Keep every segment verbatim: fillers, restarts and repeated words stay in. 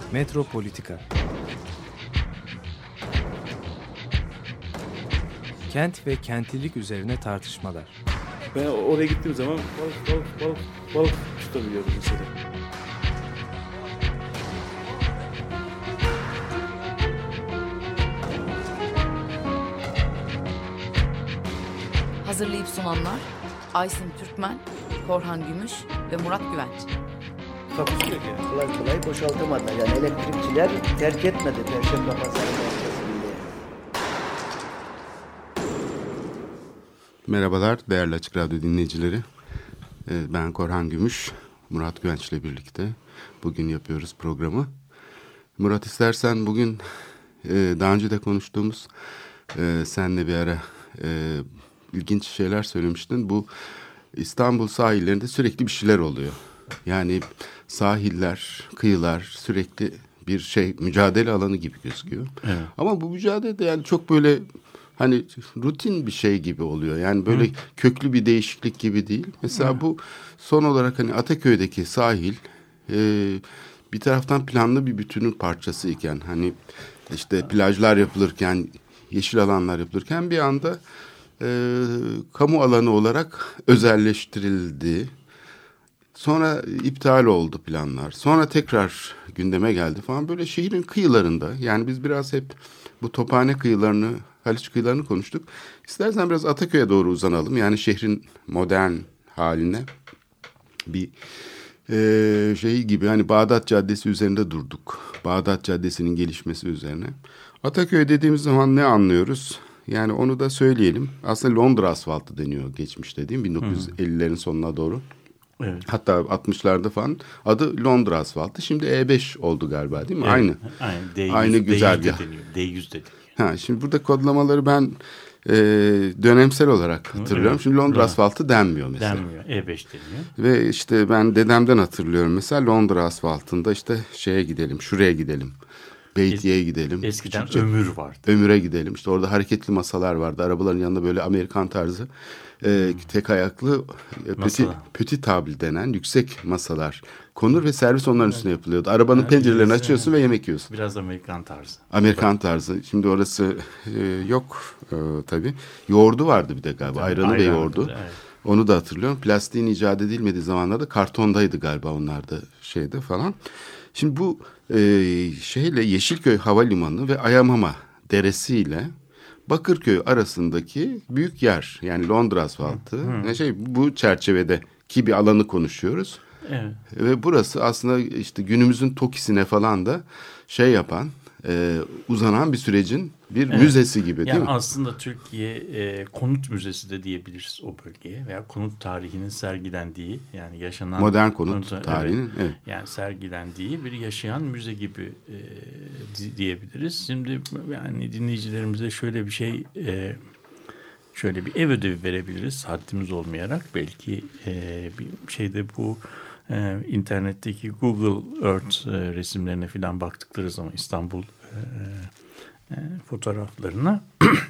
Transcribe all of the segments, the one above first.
Metropolitika. Kent ve kentlilik üzerine tartışmalar. Ben oraya gittiğim zaman balık balık balık balık tutabiliyorum mesela. Hazırlayıp sunanlar Aysin Türkmen, Korhan Gümüş ve Murat Güvenç. Takusu yok yani. Kolay kolay boşaltamadı. Yani elektrikçiler terk etmedi Perşembe Pazarı merkezinde. Merhabalar değerli Açık Radyo dinleyicileri. Ben Korhan Gümüş, Murat Güvenç ile birlikte bugün yapıyoruz programı. Murat, istersen bugün daha önce de konuştuğumuz senle bir ara ilginç şeyler söylemiştin. Bu İstanbul sahillerinde sürekli bir şeyler oluyor. Yani sahiller, kıyılar sürekli bir şey, mücadele alanı gibi gözüküyor. Evet. Ama bu mücadele de yani çok böyle hani rutin bir şey gibi oluyor. Yani böyle Hı. köklü bir değişiklik gibi değil. Mesela Hı. bu son olarak hani Ataköy'deki sahil e, bir taraftan planlı bir bütünün parçası iken, hani işte plajlar yapılırken, yeşil alanlar yapılırken bir anda e, kamu alanı olarak özelleştirildi. Sonra iptal oldu planlar. Sonra tekrar gündeme geldi falan. Böyle şehrin kıyılarında, yani biz biraz hep bu Tophane kıyılarını, Haliç kıyılarını konuştuk. İstersen biraz Ataköy'e doğru uzanalım. Yani şehrin modern haline bir e, şey gibi, hani Bağdat Caddesi üzerinde durduk. Bağdat Caddesi'nin gelişmesi üzerine. Ataköy dediğimiz zaman ne anlıyoruz? Yani onu da söyleyelim. Aslında Londra asfaltı deniyor geçmişte, değil mi? bin dokuz yüz ellilerin sonuna doğru. Evet. Hatta altmışlarda falan adı Londra asfaltı. Şimdi E beş oldu galiba, değil mi? Evet, aynı. Aynı. D yüz, aynı güzergah. D yüz de deniyor. Ha, şimdi burada kodlamaları ben e, dönemsel olarak hatırlıyorum. Evet. Şimdi Londra evet. asfaltı denmiyor mesela. Denmiyor. E beş deniyor. Ve işte ben dedemden hatırlıyorum. Mesela Londra asfaltında işte şeye gidelim, şuraya gidelim. Beytiye'ye gidelim. Eskiden Küçükçe, ömür vardı. Ömür'e gidelim. İşte orada hareketli masalar vardı. Arabaların yanında böyle Amerikan tarzı e, hmm. tek ayaklı petit, petit table denen yüksek masalar konur ve servis onların evet. üstüne yapılıyordu. Arabanın evet, pencerelerini biraz, açıyorsun evet. ve yemek yiyorsun. Biraz Amerikan tarzı. Amerikan evet. tarzı. Şimdi orası e, yok e, tabii. Yoğurdu vardı bir de galiba. Tabii, ayranı ve yoğurdu. Evet. Onu da hatırlıyorum. Plastiğin icat edilmediği zamanlarda kartondaydı galiba onlar da şeyde falan. Şimdi bu e, şeyle Yeşilköy Havalimanı ve Ayamama Deresi ile Bakırköy arasındaki büyük yer, yani Londra asfaltı, hı hı. şey bu çerçevedeki bir alanı konuşuyoruz. Evet. Ve burası aslında işte günümüzün Toki'sine falan da şey yapan, e, uzanan bir sürecin bir evet. müzesi gibi, değil yani mi? Aslında Türkiye e, konut müzesi de diyebiliriz o bölgeye, veya konut tarihinin sergilendiği, yani yaşanan modern konut, konut tarihinin evet, evet. yani sergilendiği bir yaşayan müze gibi e, diyebiliriz. Şimdi yani dinleyicilerimize şöyle bir şey, e, şöyle bir ev ödevi verebiliriz haddimiz olmayarak. Belki e, bir şeyde bu e, internetteki Google Earth e, resimlerine falan baktıkları zaman İstanbul e, E, fotoğraflarına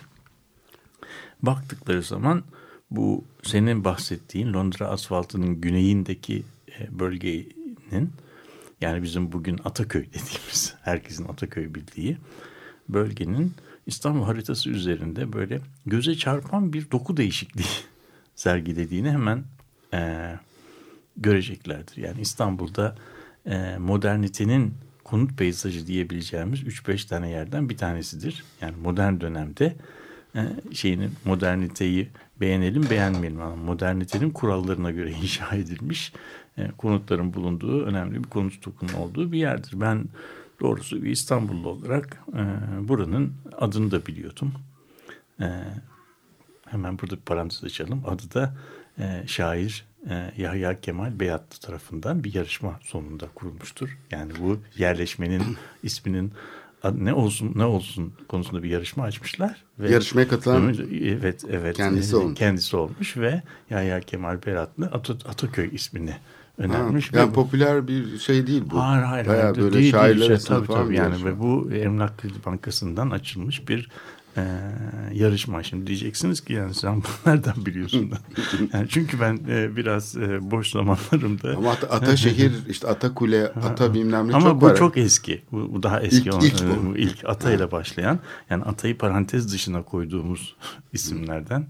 baktıkları zaman bu senin bahsettiğin Londra asfaltının güneyindeki e, bölgenin, yani bizim bugün Ataköy dediğimiz, herkesin Ataköy bildiği bölgenin İstanbul haritası üzerinde böyle göze çarpan bir doku değişikliği sergilediğini hemen e, göreceklerdir. Yani İstanbul'da e, modernitenin konut peyzajı diyebileceğimiz üç beş tane yerden bir tanesidir. Yani modern dönemde e, şeyinin moderniteyi beğenelim beğenmeyelim ama modernitenin kurallarına göre inşa edilmiş e, konutların bulunduğu önemli bir konut stokunun olduğu bir yerdir. Ben doğrusu bir İstanbullu olarak e, buranın adını da biliyordum. E, hemen burada bir parantez açalım. Adı da e, şair Yahya Kemal Beyatlı tarafından bir yarışma sonunda kurulmuştur. Yani bu yerleşmenin isminin ne olsun ne olsun konusunda bir yarışma açmışlar. Ve yarışmaya katılan evet evet kendisi olmuş. Kendisi olmuş ve Yahya Kemal Beyatlı At- Ataköy ismini önermiş. Ha, yani bu, popüler bir şey değil bu. Hayır hayır. Bayağı hayır böyle değil, şairler değil, işte, tabii, falan tabii, yani ve bu Emlak Kredi Bankası'ndan açılmış bir e, yarışma. Şimdi diyeceksiniz ki yani sen bunu nereden biliyorsun? Yani çünkü ben e, biraz e, boş zamanlarımda. Ama Ata, Ataşehir, işte Atakule, Ata bilmem ne ama çok bu var. çok eski. Bu, bu daha eski İlk- olan. ilk bu. bu. ilk Ata ile başlayan. Yani Ata'yı parantez dışına koyduğumuz isimlerden.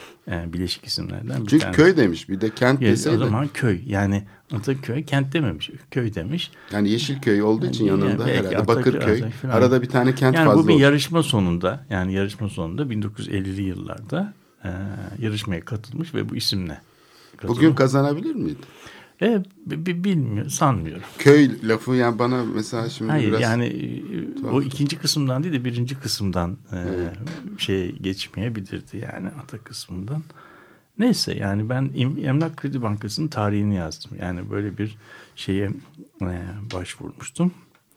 E, bileşik isimlerden bir Çünkü tanesi. köy demiş, bir de kent Ya, deseydi. o zaman köy. Yani Ataköy kent dememiş. Köy demiş. Yani Yeşilköy olduğu için Yani yanında belki herhalde Ataköy, Bakırköy. Ataköy falan. Arada bir tane kent Yani fazla bu bir olsun. yarışma sonunda, yani yarışma sonunda bin dokuz yüz ellili yıllarda e, yarışmaya katılmış ve bu isimle katılmış. Bugün kazanabilir miydi? E, b- b- bilmiyorum, sanmıyorum. Köy lafı yani bana mesela şimdi Hayır biraz... yani e, o ikinci kısımdan değil de birinci kısımdan e, Evet. şey geçmeyebilirdi yani ata kısmından. Neyse yani ben İm- Emlak Kredi Bankası'nın tarihini yazdım. Yani böyle bir şeye e, başvurmuştum.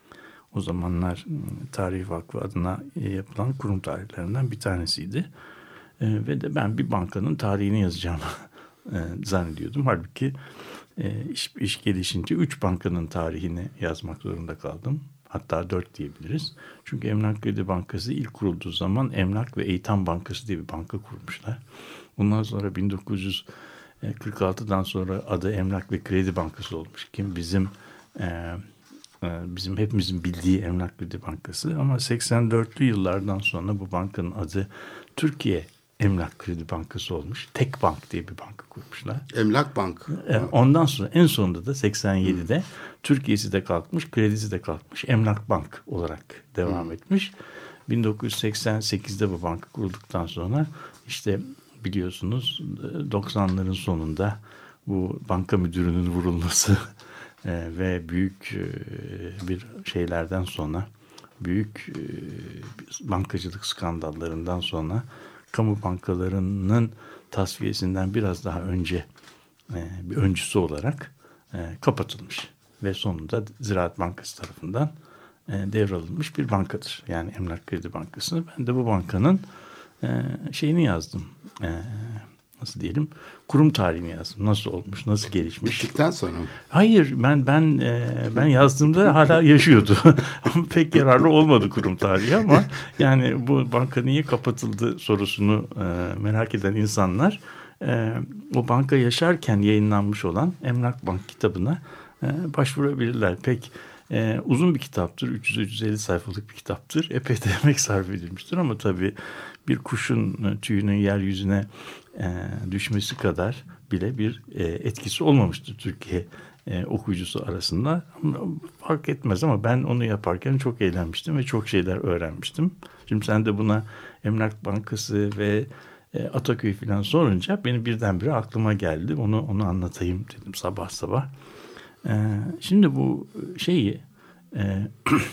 O zamanlar m, Tarih Vakfı adına e, yapılan kurum tarihlerinden bir tanesiydi. E, ve de ben bir bankanın tarihini yazacağımı e, zannediyordum. Halbuki e, iş, iş gelişince üç bankanın tarihini yazmak zorunda kaldım. Hatta dört diyebiliriz. Çünkü Emlak Kredi Bankası ilk kurulduğu zaman Emlak ve Eğitim Bankası diye bir banka kurmuşlar. Bundan sonra bin dokuz yüz kırk altıdan sonra adı Emlak ve Kredi Bankası olmuş. Kim bizim e, e, bizim hepimizin bildiği Emlak Kredi Bankası. Ama seksen dörtlü yıllardan sonra bu bankanın adı Türkiye Emlak Kredi Bankası olmuş. Tek Bank diye bir banka kurmuşlar. Emlak Bank. E, Ondan sonra en sonunda da seksen yedide hmm. Türkiye'si de kalkmış, kredisi de kalkmış. Emlak Bank olarak devam hmm. etmiş. bin dokuz yüz seksen sekizde bu banka kurulduktan sonra işte biliyorsunuz doksanların sonunda bu banka müdürünün vurulması e, ve büyük e, bir şeylerden sonra büyük e, bankacılık skandallarından sonra kamu bankalarının tasfiyesinden biraz daha önce e, bir öncüsü olarak e, kapatılmış ve sonunda Ziraat Bankası tarafından e, devralınmış bir bankadır. Yani Emlak Kredi Bankası. Ben de bu bankanın e, şeyini yazdım. E, nasıl diyelim? Kurum tarihini yazdım. Nasıl olmuş, nasıl gelişmiş? Bittikten sonra mı? Hayır, ben ben e, ben yazdığımda hala yaşıyordu. Pek yararlı olmadı kurum tarihi ama yani bu banka niye kapatıldı sorusunu e, merak eden insanlar e, o banka yaşarken yayınlanmış olan Emlak Bank kitabına e, başvurabilirler. Pek e, uzun bir kitaptır. üç yüz üç yüz elli sayfalık bir kitaptır. Epey de emek sarf edilmiştir ama tabii bir kuşun tüyünün yeryüzüne e, düşmesi kadar bile bir e, etkisi olmamıştır Türkiye e, okuyucusu arasında. Ama fark etmez ama ben onu yaparken çok eğlenmiştim ve çok şeyler öğrenmiştim. Şimdi sen de buna Emlak Bankası ve e, Ataköy falan sorunca benim birdenbire aklıma geldi. Onu onu anlatayım dedim sabah sabah. E, şimdi bu şeyi e,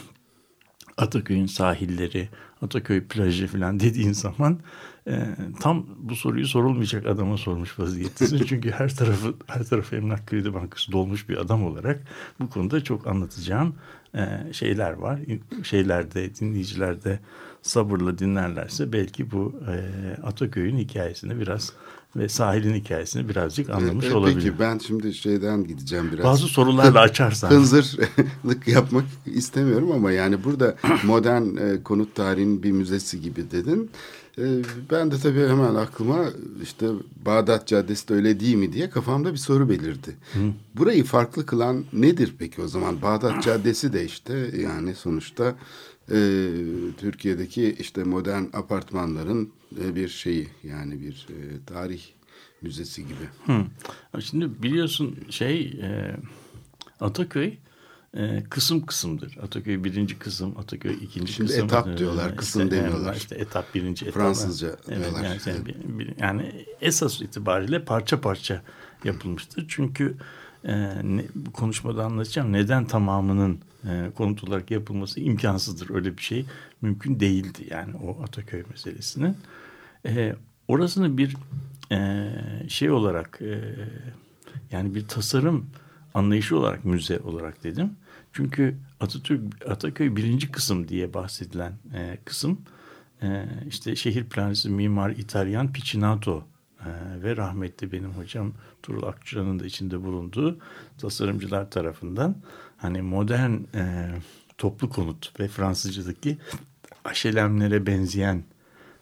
Ataköy'ün sahilleri, Ataköy plajı falan dediğin zaman e, tam bu soruyu sorulmayacak adama sormuş vaziyettesin. Çünkü her tarafı her tarafı Emlak Kredi Bankası dolmuş bir adam olarak bu konuda çok anlatacağım e, şeyler var. Şeylerde, dinleyicilerde sabırla dinlerlerse belki bu e, Ataköy'ün hikayesini biraz ve sahilin hikayesini birazcık anlamış evet, olabilir. Peki ben şimdi şeyden gideceğim biraz. Bazı sorularla açarsan. Hınzırlık yapmak istemiyorum ama yani burada modern e, konut tarihinin bir müzesi gibi dedin. E, ben de tabii hemen aklıma işte Bağdat Caddesi de öyle değil mi diye kafamda bir soru belirdi. Hı. Burayı farklı kılan nedir peki o zaman? Bağdat Caddesi de işte yani sonuçta e, Türkiye'deki işte modern apartmanların e, bir şeyi yani bir e, tarih müzesi gibi. Hı. Şimdi biliyorsun şey e, Ataköy e, kısım kısımdır. Ataköy birinci kısım, Ataköy ikinci Şimdi kısım. Şimdi etap diyorlar, kısım işte, demiyorlar. İşte etap birinci etap. Fransızca evet, diyorlar. Yani, yani, bir, yani esas itibariyle parça parça yapılmıştır. Çünkü e, ne, bu konuşmada anlatacağım neden tamamının e, konut olarak yapılması imkansızdır. Öyle bir şey mümkün değildi yani o Ataköy meselesinin. E, orasını bir e, şey olarak e, yani bir tasarım anlayışı olarak müze olarak dedim. Çünkü Atatürk Ataköy birinci kısım diye bahsedilen e, kısım e, işte şehir plancısı mimar İtalyan Piccinatto e, ve rahmetli benim hocam Turul Akçura'nın da içinde bulunduğu tasarımcılar tarafından hani modern e, toplu konut ve Fransızcadaki aşelemlere benzeyen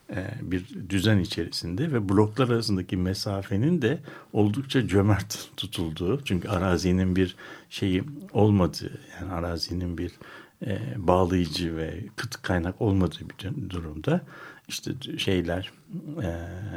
e, bir düzen içerisinde ve bloklar arasındaki mesafenin de oldukça cömert tutulduğu, çünkü arazinin bir şeyi olmadığı, yani arazinin bir e, bağlayıcı ve kıt kaynak olmadığı bir durumda işte şeyler e,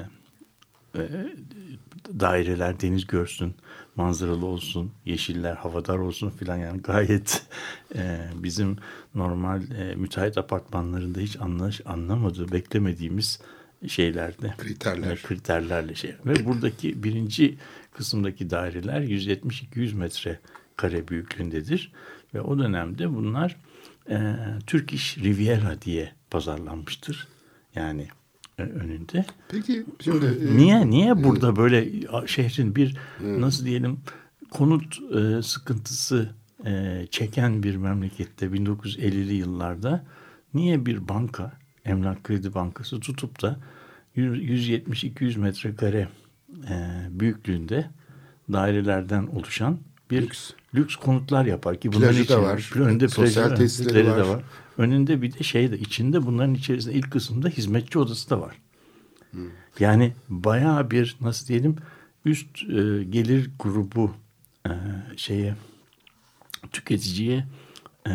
e, daireler deniz görsün, manzaralı olsun, yeşiller havadar olsun filan, yani gayet e, bizim normal e, müteahhit apartmanlarında hiç anlaş, anlamadığı, beklemediğimiz şeylerde, kriterler. E, kriterlerle şey. Ve buradaki birinci kısımdaki daireler yüz yetmiş iki yüz metre kare büyüklüğündedir ve o dönemde bunlar e, Turkish Riviera diye pazarlanmıştır. Yani önünde. Peki şimdi niye niye burada böyle şehrin bir nasıl diyelim konut e, sıkıntısı e, çeken bir memlekette bin dokuz yüz ellili yıllarda niye bir banka, Emlak Kredi Bankası tutup da yüz yetmiş iki yüz metrekare e, büyüklüğünde dairelerden oluşan bir lüks, lüks konutlar yapar ki bunların plajı için da var. Önünde sosyal tesisleri var. de var. Önünde bir de şey de, içinde bunların içerisinde ilk kısımda hizmetçi odası da var. Hmm. Yani bayağı bir nasıl diyelim üst e, gelir grubu e, şeye tüketiciye e,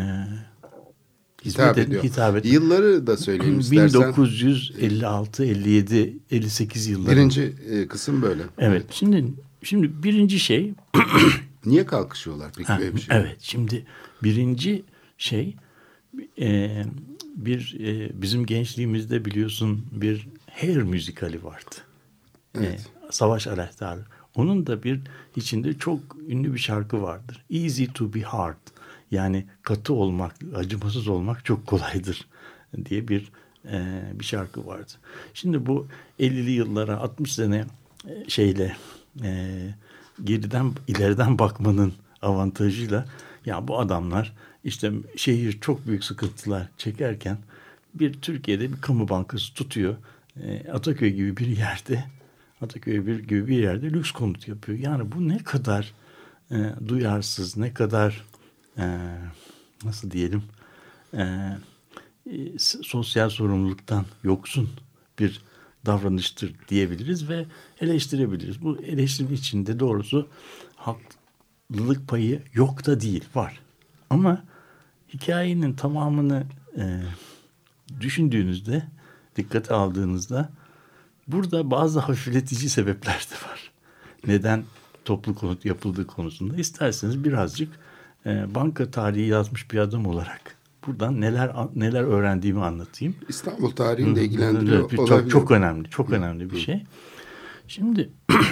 hitap ediyor. Hitap ediyor. Yılları da söyleyeyim istersen. bin dokuz yüz elli altı, elli yedi, elli sekiz yılları. Birinci e, kısım böyle. Evet. Şimdi şimdi birinci şey niye kalkışıyorlar peki ha, böyle bir şey? Evet. Şimdi birinci şey e, bir e, bizim gençliğimizde biliyorsun bir Hair müzikali vardı. Evet. E, Savaş Aleyhtarı. Onun da bir içinde çok ünlü bir şarkı vardır. Easy to be hard. Yani katı olmak, acımasız olmak çok kolaydır diye bir e, bir şarkı vardı. Şimdi bu ellili yıllara altmış sene e, şeyle e, geriden ileriden bakmanın avantajıyla ya bu adamlar işte şehir çok büyük sıkıntılar çekerken bir Türkiye'de bir kamu bankası tutuyor. E, Ataköy gibi bir yerde Ataköy bir, gibi bir yerde lüks konut yapıyor. Yani bu ne kadar e, duyarsız, ne kadar e, nasıl diyelim e, e, sosyal sorumluluktan yoksun bir davranıştır diyebiliriz ve eleştirebiliriz. Bu eleştirinin içinde doğrusu haklılık payı yok da değil, var. Ama hikayenin tamamını e, düşündüğünüzde, dikkate aldığınızda burada bazı hafifletici sebepler de var. Neden toplu konut yapıldığı konusunda isterseniz birazcık e, banka tarihi yazmış bir adam olarak buradan neler neler öğrendiğimi anlatayım. İstanbul tarihini de ilgilendiriyor. Çok, çok, çok önemli, çok önemli bir şey. Şimdi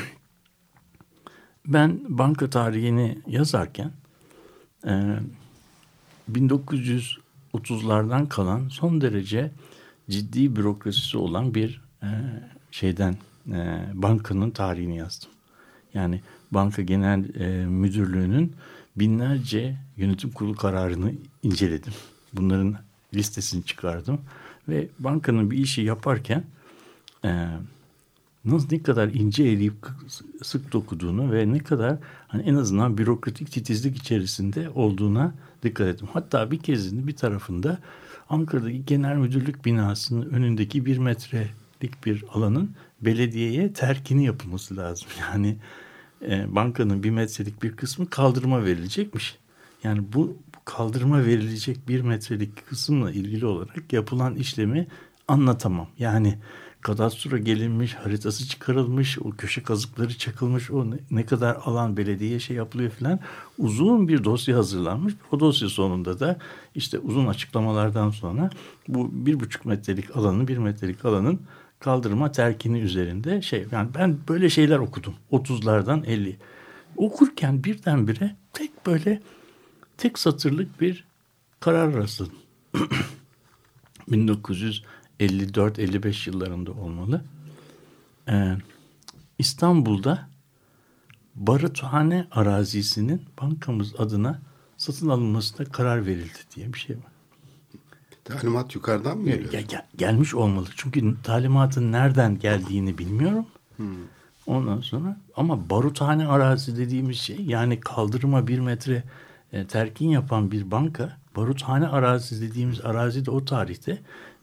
ben banka tarihini yazarken e, bin dokuz yüz otuzlardan kalan son derece ciddi bürokrasisi olan bir e, şeyden e, bankanın tarihini yazdım. Yani banka genel e, müdürlüğünün binlerce yönetim kurulu kararını inceledim. Bunların listesini çıkardım ve bankanın bir işi yaparken e, nasıl ne kadar ince eleyip sık dokuduğunu ve ne kadar hani en azından bürokratik titizlik içerisinde olduğuna dikkat ettim. Hatta bir kezinde bir tarafında Ankara'daki genel müdürlük binasının önündeki bir metrelik bir alanın belediyeye terkini yapılması lazım. Yani e, bankanın bir metrelik bir kısmı kaldırıma verilecekmiş. Yani bu, bu kaldırıma verilecek bir metrelik kısımla ilgili olarak yapılan işlemi anlatamam. Yani kadastro gelinmiş, haritası çıkarılmış, o köşe kazıkları çakılmış, o ne, ne kadar alan belediyeye şey yapılıyor falan. Uzun bir dosya hazırlanmış. O dosya sonunda da işte uzun açıklamalardan sonra bu bir buçuk metrelik alanın, bir metrelik alanın kaldırıma terkini üzerinde şey. Yani ben böyle şeyler okudum. otuzlardan elli. Okurken birdenbire tek böyle tek satırlık bir karar rastladım. bin dokuz yüz elli dört elli beş yıllarında olmalı. Ee, İstanbul'da Barıthane arazisinin bankamız adına satın alınmasına karar verildi diye bir şey var. Talimat yukarıdan mı geliyor? Gel, gel, gelmiş olmalı. Çünkü talimatın nereden geldiğini bilmiyorum. Hmm. Ondan sonra ama Barıthane arazi dediğimiz şey yani kaldırıma bir metre e, terkin yapan bir banka. Barıthane arazisi dediğimiz arazi de o tarihte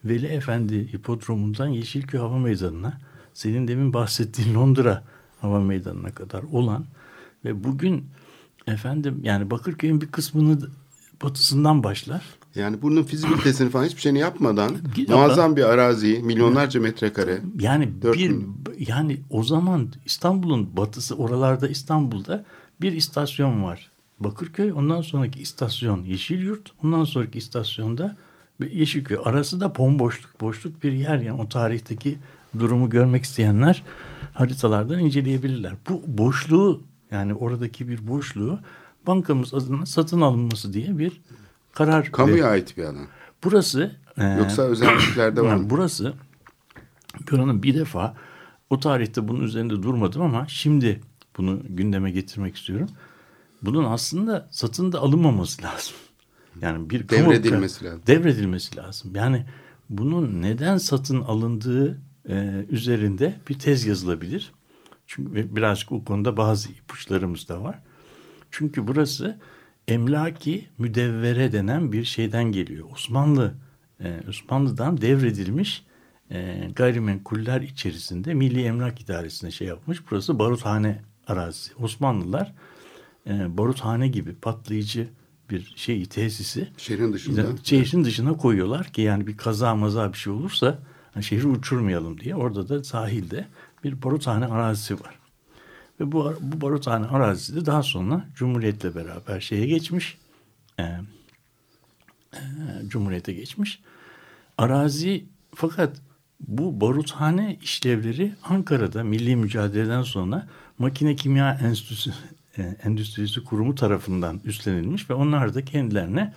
Veli Efendi Hipodromu'ndan Yeşilköy Hava Meydanı'na, senin demin bahsettiğin Londra Hava Meydanı'na kadar olan ve bugün efendim yani Bakırköy'ün bir kısmını batısından başlar. Yani bunun fizibilitesini falan hiçbir şeyini yapmadan Gidip muazzam bir arazi, milyonlarca metrekare. Yani Dört bir bin. yani o zaman İstanbul'un batısı, oralarda İstanbul'da bir istasyon var. Bakırköy, ondan sonraki istasyon Yeşilyurt, ondan sonraki istasyonda Yeşilköy. Arası da bomboşluk, boşluk bir yer. Yani o tarihteki durumu görmek isteyenler haritalardan inceleyebilirler. Bu boşluğu, yani oradaki bir boşluğu bankamız adına satın alınması diye bir karar. Kamuya ve ait bir alan. burası e, Yoksa özelliklerde var mı? burası buranın bir defa o tarihte bunun üzerinde durmadım ama şimdi bunu gündeme getirmek istiyorum. Bunun aslında satın da alınmaması lazım. Yani bir kamu- Devredilmesi lazım. Devredilmesi lazım. Yani bunun neden satın alındığı e, üzerinde bir tez yazılabilir. Çünkü birazcık o konuda bazı ipuçlarımız da var. Çünkü burası emlaki müdevvere denen bir şeyden geliyor. Osmanlı e, Osmanlı'dan devredilmiş e, gayrimenkuller içerisinde Milli Emlak İdaresi'ne şey yapmış. Burası baruthane arazisi. Osmanlılar e, baruthane gibi patlayıcı bir şeyi, tesisi Şehrin dışında. şehrin dışına koyuyorlar ki yani bir kaza maza bir şey olursa hani şehri uçurmayalım diye. Orada da sahilde bir baruthane arazisi var. Ve bu, bu baruthane arazisi de daha sonra Cumhuriyet'le beraber şeye geçmiş. E, e, Cumhuriyet'e geçmiş. Arazi, fakat bu baruthane işlevleri Ankara'da milli mücadeleden sonra Makine Kimya Enstitüsü e, Endüstrisi Kurumu tarafından üstlenilmiş ve onlar da kendilerine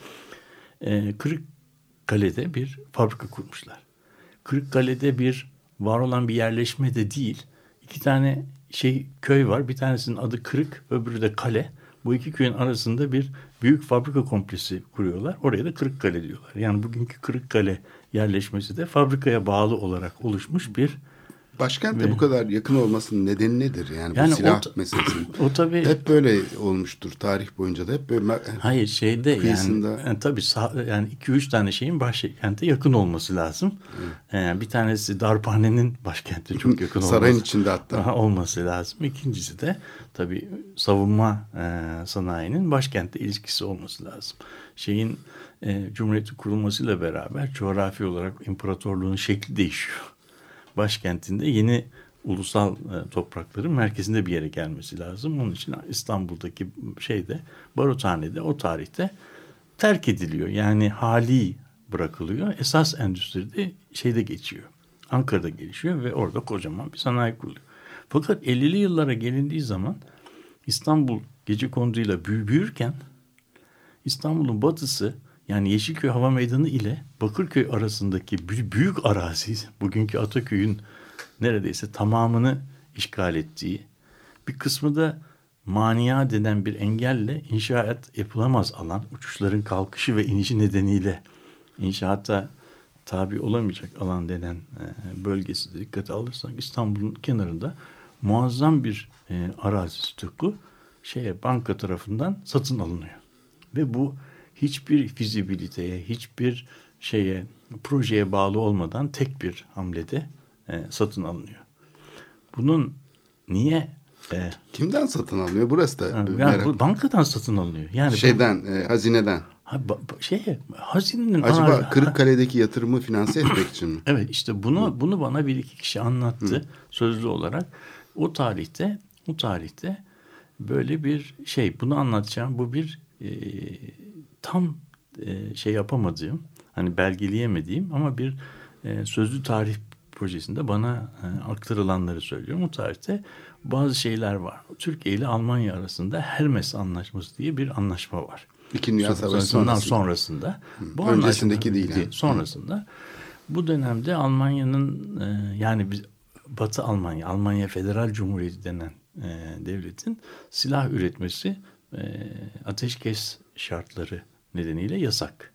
e, Kırıkkale'de bir fabrika kurmuşlar. Kırıkkale'de bir var olan bir yerleşme de değil. İki tane şey köy var. Bir tanesinin adı Kırık, öbürü de Kale. Bu iki köyün arasında bir büyük fabrika kompleksi kuruyorlar. Oraya da Kırıkkale diyorlar. Yani bugünkü Kırıkkale yerleşmesi de fabrikaya bağlı olarak oluşmuş bir. Başkente Ve- bu kadar yakın olmasının nedeni nedir? Yani, Yani bu silah o ta- meselesi. O tabii Hep böyle olmuştur tarih boyunca da. Hep böyle hayır şeyde yani, kıyısında. yani tabii sağ- yani iki üç tane şeyin başkente yakın olması lazım. Ee, bir tanesi Darphane'nin başkente çok yakın olması. Sarayın içinde hatta. Aha, olması lazım. İkincisi de tabii savunma e, sanayinin başkentte ilişkisi olması lazım. Şeyin e, Cumhuriyet'in kurulmasıyla beraber coğrafi olarak imparatorluğun şekli değişiyor. Başkentinde yeni ulusal e, toprakların merkezinde bir yere gelmesi lazım. Onun için İstanbul'daki şeyde Baruthane'de o tarihte terk ediliyor. Yani hali bırakılıyor. Esas endüstri de şeyde geçiyor. Ankara'da gelişiyor ve orada kocaman bir sanayi kuruluyor. Fakat ellili yıllara gelindiği zaman İstanbul gecekonduyla büyü büyürken İstanbul'un batısı, yani Yeşilköy Hava Meydanı ile Bakırköy arasındaki bü- büyük arazi, bugünkü Ataköy'ün neredeyse tamamını işgal ettiği, bir kısmı da mania denen bir engelle inşaat yapılamaz alan, uçuşların kalkışı ve inişi nedeniyle inşaata tabi olamayacak alan denen e, bölgesi de dikkate alırsak İstanbul'un kenarında muazzam bir e, arazi stoku şeye, banka tarafından satın alınıyor. Ve bu hiçbir fizibiliteye, hiçbir şeye, projeye bağlı olmadan tek bir hamlede e, satın alınıyor. Bunun niye? E, Kimden satın alınıyor? Burası da yani merak. bu bankadan satın alınıyor. Yani Şeyden, e, hazineden. Ha, ba- ba- şeye, hazinenin Acaba ana- Kırıkkale'deki yatırımı finanse etmek için mi? Evet, işte bunu bunu bana bir iki kişi anlattı. Hı. Sözlü olarak. O tarihte o tarihte böyle bir şey, bunu anlatacağım. Bu bir e, tam e, şey yapamadığım, hani belgeleyemediğim ama bir e, sözlü tarih projesinde bana e, aktarılanları söylüyorum. O tarihte bazı şeyler var. Türkiye ile Almanya arasında Hermes Anlaşması diye bir anlaşma var. İkinci Dünya Savaşı sonrasında. sonrasında. sonrasında. Bu Öncesindeki anlaşma- değil. Yani. Sonrasında. Bu dönemde Almanya'nın e, yani biz, Batı Almanya, Almanya Federal Cumhuriyeti denen e, devletin silah üretmesi e, ateşkes şartları nedeniyle yasak.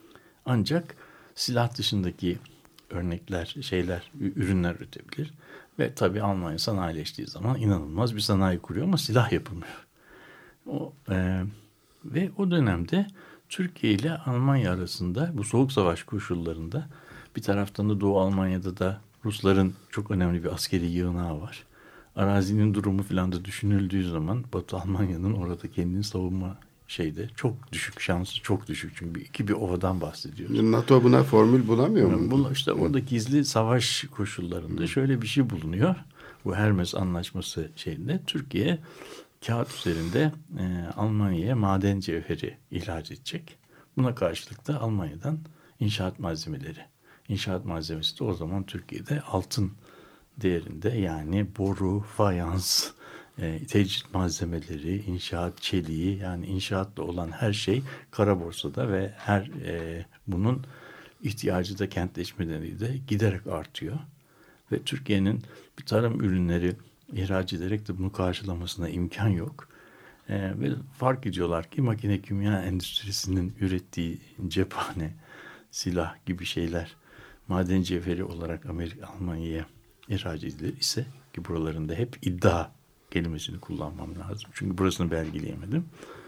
Ancak silah dışındaki örnekler, şeyler, ürünler üretebilir. Ve tabii Almanya sanayileştiği zaman inanılmaz bir sanayi kuruyor ama silah yapılmıyor. O, e, ve o dönemde Türkiye ile Almanya arasında bu Soğuk Savaş koşullarında Bir taraftan da Doğu Almanya'da da Rusların çok önemli bir askeri yığınağı var. Arazinin durumu falan da düşünüldüğü zaman Batı Almanya'nın orada kendini savunma şeyde çok düşük, şansı çok düşük. Çünkü bir, iki bir ovadan bahsediyoruz. NATO buna formül bulamıyor mu? Bu, işte orada gizli savaş koşullarında şöyle bir şey bulunuyor. Bu Hermes Anlaşması şeyinde Türkiye kağıt üzerinde e, Almanya'ya maden cevheri ihraç edecek. Buna karşılık da Almanya'dan inşaat malzemeleri. İnşaat malzemesi de o zaman Türkiye'de altın değerinde, yani boru, fayans, e, tecrit malzemeleri, inşaat çeliği, yani inşaatla olan her şey kara borsada ve her e, bunun ihtiyacı da kentleşme nedeniyle giderek artıyor. Ve Türkiye'nin bir tarım ürünleri ihraç ederek de bunu karşılamasına imkan yok. E, ve fark ediyorlar ki makine kimya endüstrisinin ürettiği cephane, silah gibi şeyler maden cevheri olarak Amerika, Almanya'ya ihraç edilir ise, ki buralarında hep iddia kelimesini kullanmam lazım. Çünkü burasını belgeleyemedim.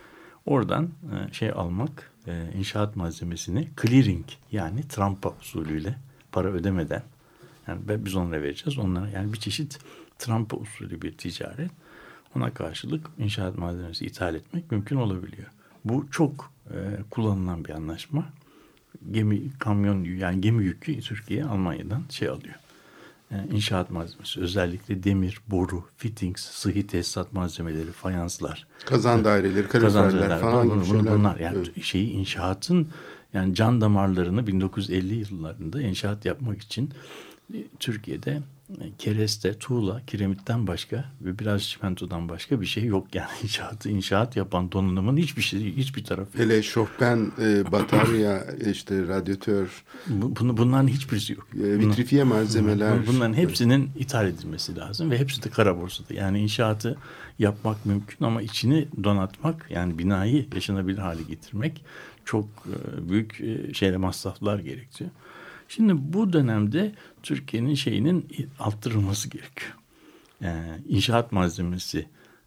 Oradan e, şey almak, e, inşaat malzemesini clearing, yani trampa usulüyle para ödemeden, yani biz onlara vereceğiz. Onlara, yani bir çeşit trampa usulü bir ticaret. Ona karşılık inşaat malzemesi ithal etmek mümkün olabiliyor. Bu çok e, kullanılan bir anlaşma. Gemi, kamyon, yani gemi yükü Türkiye Almanya'dan şey alıyor. E, inşaat malzemesi, özellikle demir, boru, fittings, sıhhi tesisat malzemeleri, fayanslar. Kazan daireleri, kaloriferler falan bunu, gibi bunu, şeyler. Bunlar yani Evet. şeyi, inşaatın yani can damarlarını bin dokuz yüz elli yıllarında inşaat yapmak için Türkiye'de kereste, tuğla, kiremitten başka ve biraz çimentodan başka bir şey yok. Yani inşaatı inşaat yapan donanımın hiçbir şey, hiçbir tarafı yok. Hele şofben, e, batarya, işte radyatör, Bu, bunu, bunların hiçbirisi yok. e, vitrifiye malzemeler. Bunların hepsinin ithal edilmesi lazım ve hepsi de kara borsada. Yani inşaatı yapmak mümkün ama içini donatmak, yani binayı yaşanabilir hale getirmek çok e, büyük e, şeyle masraflar gerekiyor. Şimdi bu dönemde Türkiye'nin şeyinin arttırılması gerekiyor. Yani inşaat malzemesi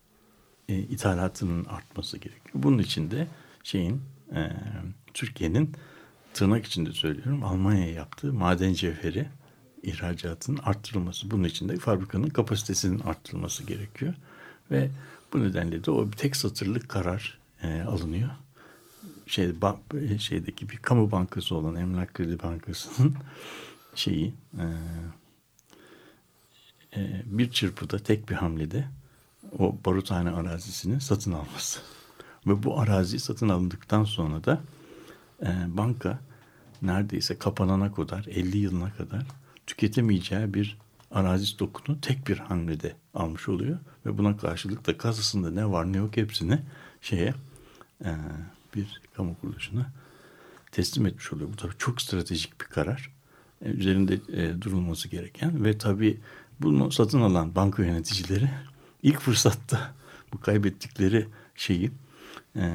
e, ithalatının artması gerekiyor. Bunun için de şeyin e, Türkiye'nin, tırnak içinde söylüyorum, Almanya'ya yaptığı maden cevheri ihracatının arttırılması. Bunun için de fabrikanın kapasitesinin arttırılması gerekiyor. Ve bu nedenle de o tek satırlık karar e, alınıyor. Şey, ba- şeydeki bir kamu bankası olan Emlak Kredi Bankası'nın şeyi e, e, bir çırpıda, tek bir hamlede o baruthane arazisini satın alması. Ve bu arazi satın alındıktan sonra da e, banka neredeyse kapanana kadar, elli yılına kadar tüketemeyeceği bir arazi stokunu tek bir hamlede almış oluyor. Ve buna karşılık da kasasında ne var ne yok hepsini şeye e, bir kamu kuruluşuna teslim etmiş oluyor. Bu tabii çok stratejik bir karar. E, üzerinde e, durulması gereken ve tabii bunu satın alan banka yöneticileri ilk fırsatta bu kaybettikleri şeyi, e,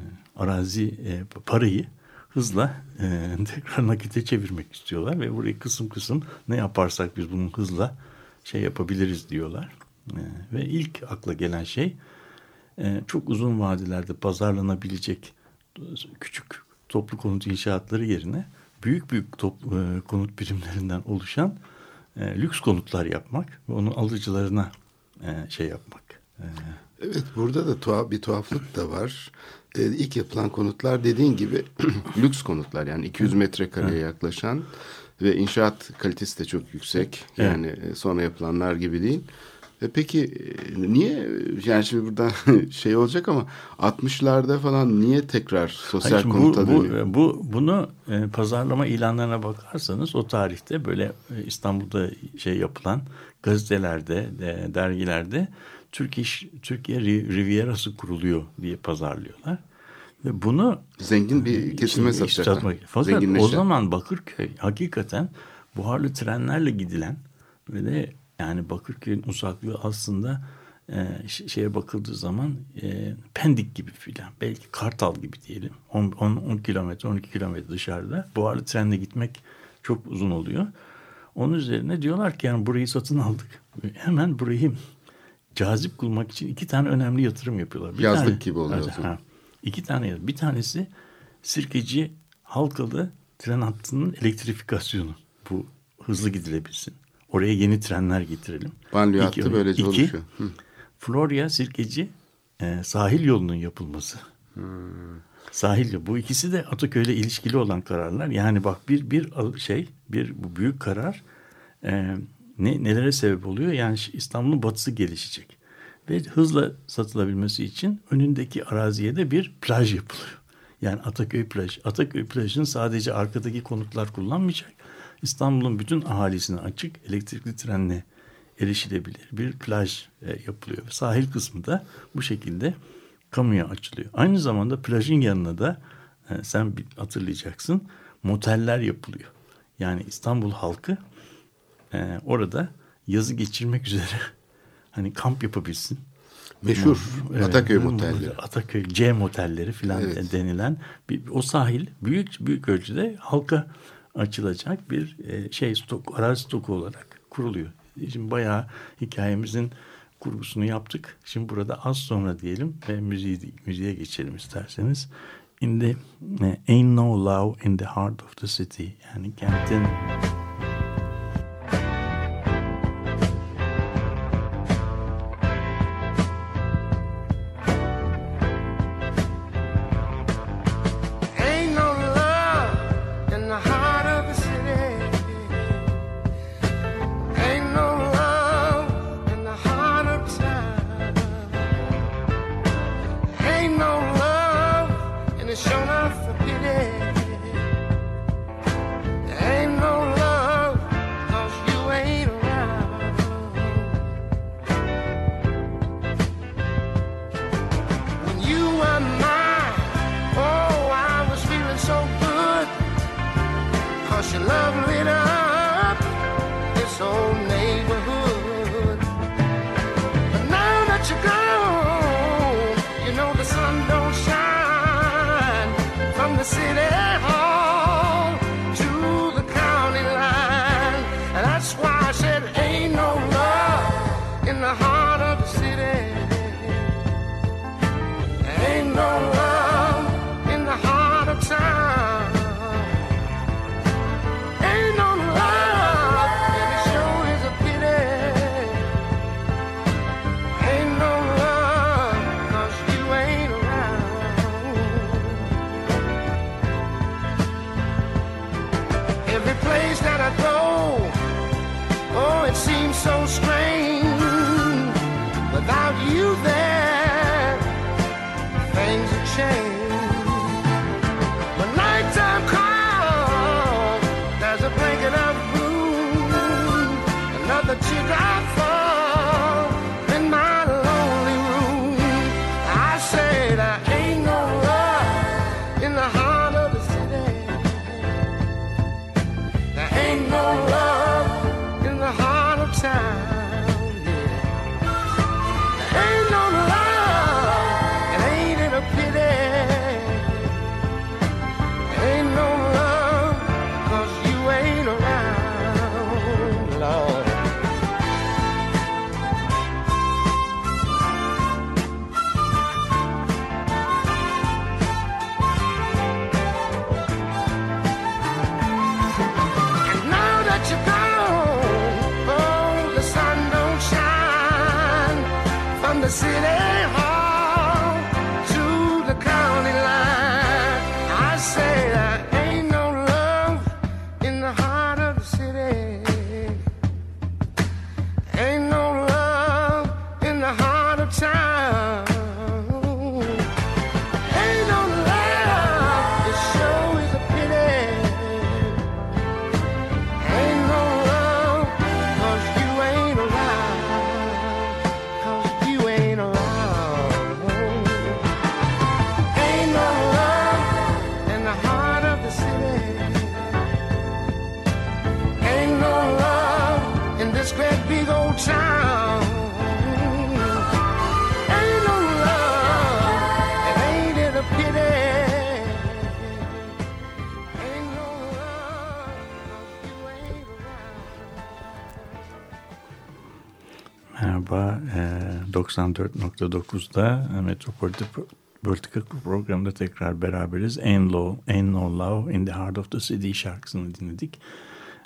arazi e, parayı hızla e, tekrar nakite çevirmek istiyorlar ve burayı kısım kısım ne yaparsak biz bunu hızla şey yapabiliriz diyorlar. E, ve ilk akla gelen şey e, çok uzun vadelerde pazarlanabilecek küçük toplu konut inşaatları yerine büyük büyük toplu, e, konut birimlerinden oluşan e, lüks konutlar yapmak ve onun alıcılarına e, şey yapmak. E, Evet, burada da tuhaf bir tuhaflık da var. Ee, ilk yapılan konutlar dediğin gibi lüks konutlar, yani iki yüz metrekareye yaklaşan ve inşaat kalitesi de çok yüksek. Yani evet. Sonra yapılanlar gibi değil. E peki niye, yani şimdi burada şey olacak ama altmışlarda falan niye tekrar sosyal Hayır, konuta bu, dönüyor? Bu, bu, bunu e, pazarlama ilanlarına bakarsanız o tarihte böyle e, İstanbul'da şey yapılan gazetelerde, de, dergilerde Türkiye, Türkiye Rivierası kuruluyor diye pazarlıyorlar. Ve bunu zengin bir kesime şey, satacaklar. Fakat o zaman Bakırköy hakikaten buharlı trenlerle gidilen ve de yani Bakırköy'ün uzaklığı aslında e, şeye bakıldığı zaman e, Pendik gibi filan, belki Kartal gibi diyelim, on kilometre on iki kilometre dışarıda buharlı trenle gitmek çok uzun oluyor. Onun üzerine diyorlar ki yani burayı satın aldık. Hemen burayı cazip kılmak için iki tane önemli yatırım yapıyorlar. Bir Yazlık tane, gibi oluyor. Ha, iki tane. Bir tanesi Sirkeci Halkalı tren hattının elektrifikasyonu. bu hızlı gidilebilsin. Oraya yeni trenler getirelim. Banliyö İki, hattı böylece iki, oluşuyor. Hı. Florya, Sirkeci e, sahil yolunun yapılması. Hmm. Sahil yolu. Bu ikisi de Ataköy'le ilişkili olan kararlar. Yani bak bir bir şey, bir bu büyük karar e, ne nelere sebep oluyor? Yani İstanbul'un batısı gelişecek ve hızla satılabilmesi için önündeki araziye de bir plaj yapılıyor. Yani Ataköy plajı. Ataköy plajının sadece arkadaki konutlar kullanmayacak. İstanbul'un bütün ahalisine açık, elektrikli trenle erişilebilir bir plaj e, yapılıyor. Sahil kısmı da bu şekilde kamuya açılıyor. Aynı zamanda plajın yanına da e, sen hatırlayacaksın, moteller yapılıyor. Yani İstanbul halkı e, orada yazı geçirmek üzere hani kamp yapabilsin. Meşhur evet, Ataköy motelleri. Ataköy C motelleri filan evet. denilen bir, o sahil büyük büyük ölçüde halka açılacak bir e, şey stok, arazi stoku olarak kuruluyor. Şimdi bayağı hikayemizin kurgusunu yaptık. Şimdi burada az sonra diyelim ve müziği, müziğe geçelim isterseniz. In the uh, Ain't No Love in the Heart of the City. Yani kentin Merhaba, doksan dört nokta dokuzda Metropolitika programında tekrar beraberiz. Ain't, low, Ain't No Love in the Heart of the City şarkısını dinledik.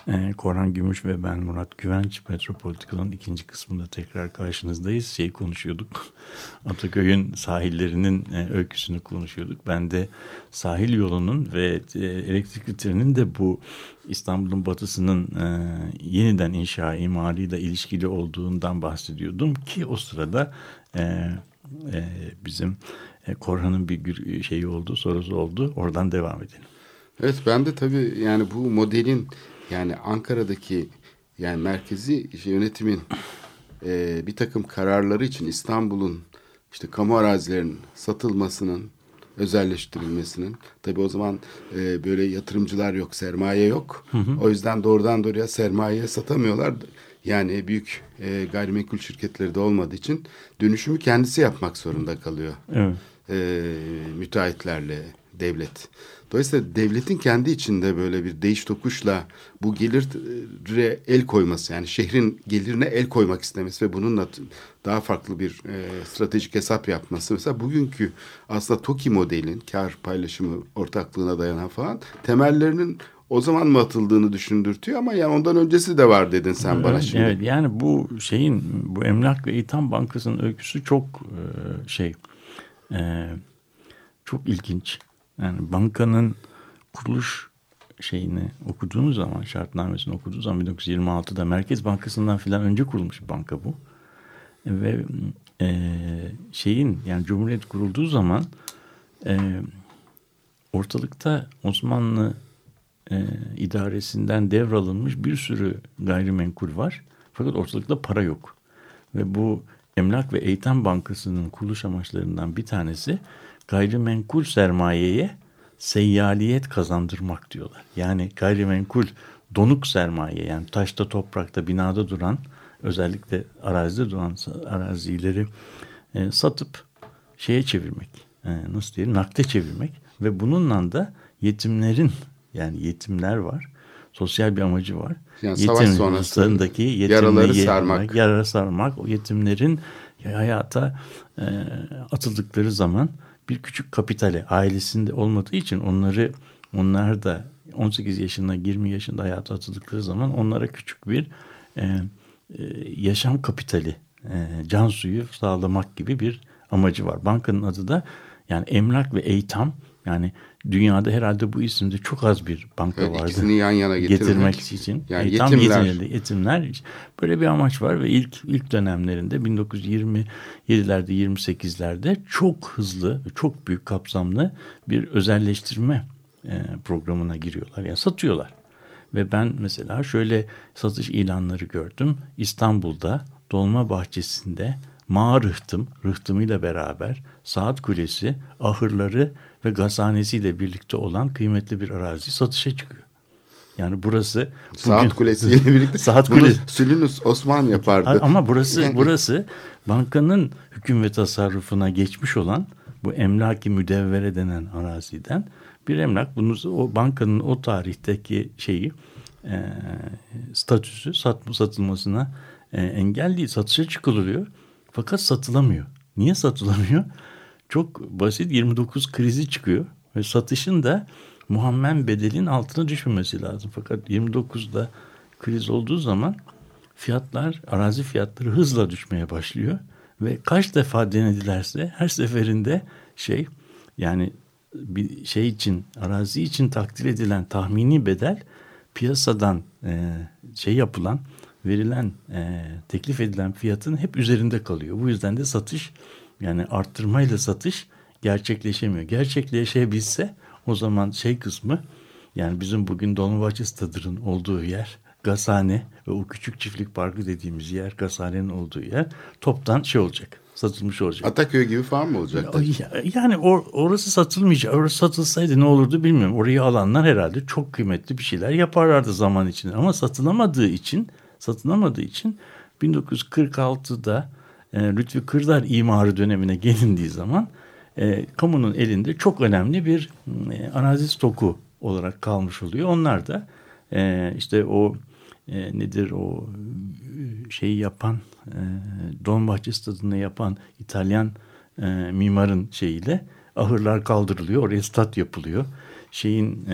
Ee, Korhan Gümüş ve ben Murat Güvenç, Metropolitika'nın ikinci kısmında tekrar karşınızdayız. Şey konuşuyorduk, Ataköy'ün sahillerinin e, öyküsünü konuşuyorduk. Ben de sahil yolunun ve e, elektrikli trenin de bu İstanbul'un batısının e, yeniden inşa imarıyla ilişkili olduğundan bahsediyordum ki o sırada e, e, bizim e, Korhan'ın bir şeyi oldu, sorusu oldu. Oradan devam edelim. Evet, ben de tabii yani bu modelin, yani Ankara'daki yani merkezi yönetimin e, bir takım kararları için İstanbul'un işte kamu arazilerinin satılmasının, özelleştirilmesinin, tabii o zaman e, böyle yatırımcılar yok, sermaye yok. Hı hı. O yüzden doğrudan doğruya sermayeye satamıyorlar. Yani büyük e, gayrimenkul şirketleri de olmadığı için dönüşümü kendisi yapmak zorunda kalıyor. Evet. E, müteahhitlerle devlet. Dolayısıyla devletin kendi içinde böyle bir değiş tokuşla bu gelire el koyması, yani şehrin gelirine el koymak istemesi ve bununla daha farklı bir e, stratejik hesap yapması. Mesela bugünkü aslında TOKİ modelin kar paylaşımı ortaklığına dayanan falan temellerinin o zaman mı atıldığını düşündürtüyor ama yani ondan öncesi de var dedin sen evet, bana şimdi. Evet, yani bu şeyin, bu Emlak ve İtham Bankası'nın öyküsü çok e, şey e, çok ilginç. Yani bankanın kuruluş şeyini okuduğunuz zaman, şartnamesini okuduğunuz zaman bin dokuz yüz yirmi altıda Merkez Bankası'ndan filan önce kurulmuş bir banka bu. Ve e, şeyin, yani Cumhuriyet kurulduğu zaman e, ortalıkta Osmanlı e, idaresinden devralınmış bir sürü gayrimenkul var. Fakat ortalıkta para yok. Ve bu Emlak ve Eğitim Bankası'nın kuruluş amaçlarından bir tanesi gayrimenkul sermayeye seyyaliyet kazandırmak diyorlar. Yani gayrimenkul donuk sermaye, yani taşta, toprakta, binada duran, özellikle arazide duran arazileri e, satıp şeye çevirmek, e, nasıl diyelim, nakde çevirmek ve bununla da yetimlerin, yani yetimler var, sosyal bir amacı var. Yani savaş sonrasındaki yaraları sarmak, yaraları sarmak, o yetimlerin hayata e, atıldıkları zaman bir küçük kapitale, ailesinde olmadığı için onları, onlar da on sekiz yaşında, yirmi yaşında hayata atıldıkları zaman onlara küçük bir e, e, yaşam kapitali, e, can suyu sağlamak gibi bir amacı var. Bankanın adı da yani Emlak ve Eğitim, yani dünyada herhalde bu isimde çok az bir banka evet, vardı. İkisini yan yana getirmek, getirmek için. Yani Eğitim, yetimler. yetimler. Yetimler. Böyle bir amaç var ve ilk ilk dönemlerinde bin dokuz yüz yirmi yedilerde, yirmi sekizlerde çok hızlı, çok büyük kapsamlı bir özelleştirme e, programına giriyorlar. Yani satıyorlar. Ve ben mesela şöyle satış ilanları gördüm. İstanbul'da Dolmabahçesi'nde Mağ Rıhtım, rıhtımıyla beraber Saat Kulesi, ahırları ve gazhanesiyle birlikte olan kıymetli bir arazi satışa çıkıyor. Yani burası Saat bugün, Kulesi'yle birlikte Saat Kulesi Sülünüs Osman yapardı. Ama burası yani, burası bankanın hüküm ve tasarrufuna geçmiş olan bu emlaki müdevvere denen araziden bir emlak. Bunu o bankanın o tarihteki şeyi e, statüsü sat, satılmasına e, engel değil, satışa çıkılıyor. Fakat satılamıyor. Niye satılamıyor? Çok basit, yirmi dokuz krizi çıkıyor ve satışın da muhammen bedelin altına düşmemesi lazım. Fakat yirmi dokuzda kriz olduğu zaman fiyatlar, arazi fiyatları hızla düşmeye başlıyor ve kaç defa denedilerse her seferinde şey, yani bir şey için, arazi için takdir edilen tahmini bedel piyasadan e, şey yapılan, verilen, e, teklif edilen fiyatın hep üzerinde kalıyor. Bu yüzden de satış, yani arttırmayla satış gerçekleşemiyor. Gerçekleşebilse o zaman şey kısmı, yani bizim bugün Dolmabahçe Stadı'nın olduğu yer, gazhane ve o küçük çiftlik parkı dediğimiz yer, gazhanenin olduğu yer toptan şey olacak, satılmış olacak. Ataköy gibi falan mı olacak? Yani or, orası satılmayacak. Orası satılsaydı ne olurdu bilmiyorum. Orayı alanlar herhalde çok kıymetli bir şeyler yaparlardı zaman içinde. Ama satılamadığı için, satılamadığı için bin dokuz yüz kırk altıda e, Lütfi Kırdar imarı dönemine gelindiği zaman e, kamunun elinde çok önemli bir e, arazi stoku olarak kalmış oluyor. Onlar da e, işte o e, nedir o şeyi yapan, e, Dolmabahçe Stadı'nı yapan İtalyan e, mimarın şeyiyle ahırlar kaldırılıyor. Oraya stat yapılıyor. Şeyin e,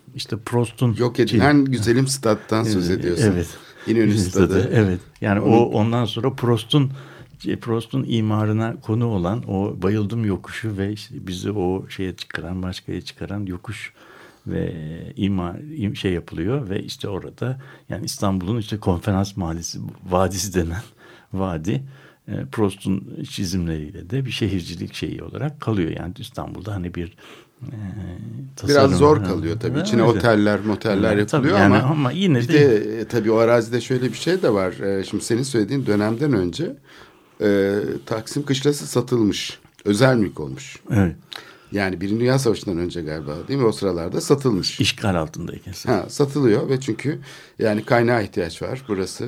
işte Prost'un Yok edilen güzelim stat'tan söz ediyorsun. Evet. İnönü Stadı. Evet. Yani Onun... o ondan sonra Prost'un Prost'un imarına konu olan o Bayıldım yokuşu ve işte bizi o şeye çıkaran, başkaya çıkaran yokuş ve imar şey yapılıyor ve işte orada yani İstanbul'un işte Konferans Mahallesi Vadisi denen vadi Prost'un çizimleriyle de bir şehircilik şeyi olarak kalıyor. Yani İstanbul'da hani bir e, tasarım. Biraz zor kalıyor tabii. İçine öyle. Oteller, moteller evet, yapılıyor yani ama, ama yine bir de, de tabii o arazide şöyle bir şey de var. Şimdi senin söylediğin dönemden önce e, Taksim Kışlası satılmış. Özel mülk olmuş. Evet. Yani Birinci Dünya Savaşı'ndan önce galiba değil mi? O sıralarda satılmış. İşgal altındayken. Ha, satılıyor ve çünkü yani kaynağa ihtiyaç var. Burası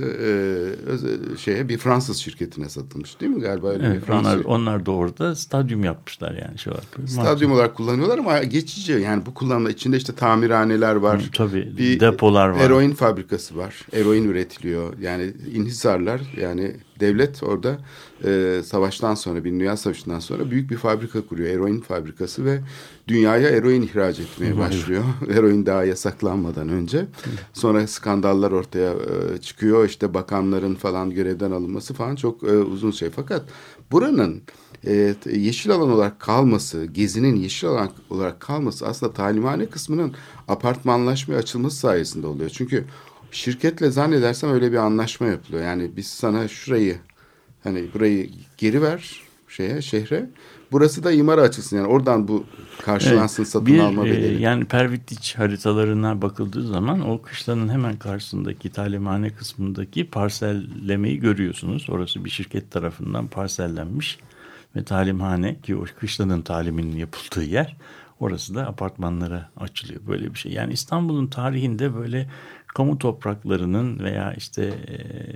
e, şeye bir Fransız şirketine satılmış değil mi galiba? Öyle evet, bir Fransız onlar, onlar da orada stadyum yapmışlar yani. Şu stadyum olarak kullanıyorlar ama geçici yani bu kullanma içinde işte tamirhaneler var. Hı, tabii bir depolar var. Eroin fabrikası var. Eroin üretiliyor. Yani inhisarlar yani devlet orada e, savaştan sonra Birinci Dünya Savaşı'ndan sonra büyük bir fabrika kuruyor. Eroin fabrikası ve dünyaya eroin ihraç etmeye başlıyor. Eroin daha yasaklanmadan önce. Sonra skandallar ortaya e, çıkıyor. İşte bakanların falan görevden alınması falan çok e, uzun şey. Fakat buranın e, yeşil alan olarak kalması, gezinin yeşil alan olarak kalması aslında talimhane kısmının apartmanlaşmaya açılması sayesinde oluyor. Çünkü şirketle zannedersem öyle bir anlaşma yapılıyor. Yani biz sana şurayı hani burayı geri ver şeye şehre. Burası da imara açılsın. Yani oradan bu karşılansın evet, satın bir, alma bedeli. E, yani Pervitiç haritalarına bakıldığı zaman o kışlanın hemen karşısındaki talimhane kısmındaki parsellemeyi görüyorsunuz. Orası bir şirket tarafından parsellenmiş ve talimhane ki o kışlanın taliminin yapıldığı yer. Orası da apartmanlara açılıyor. Böyle bir şey. Yani İstanbul'un tarihinde böyle kamu topraklarının veya işte e,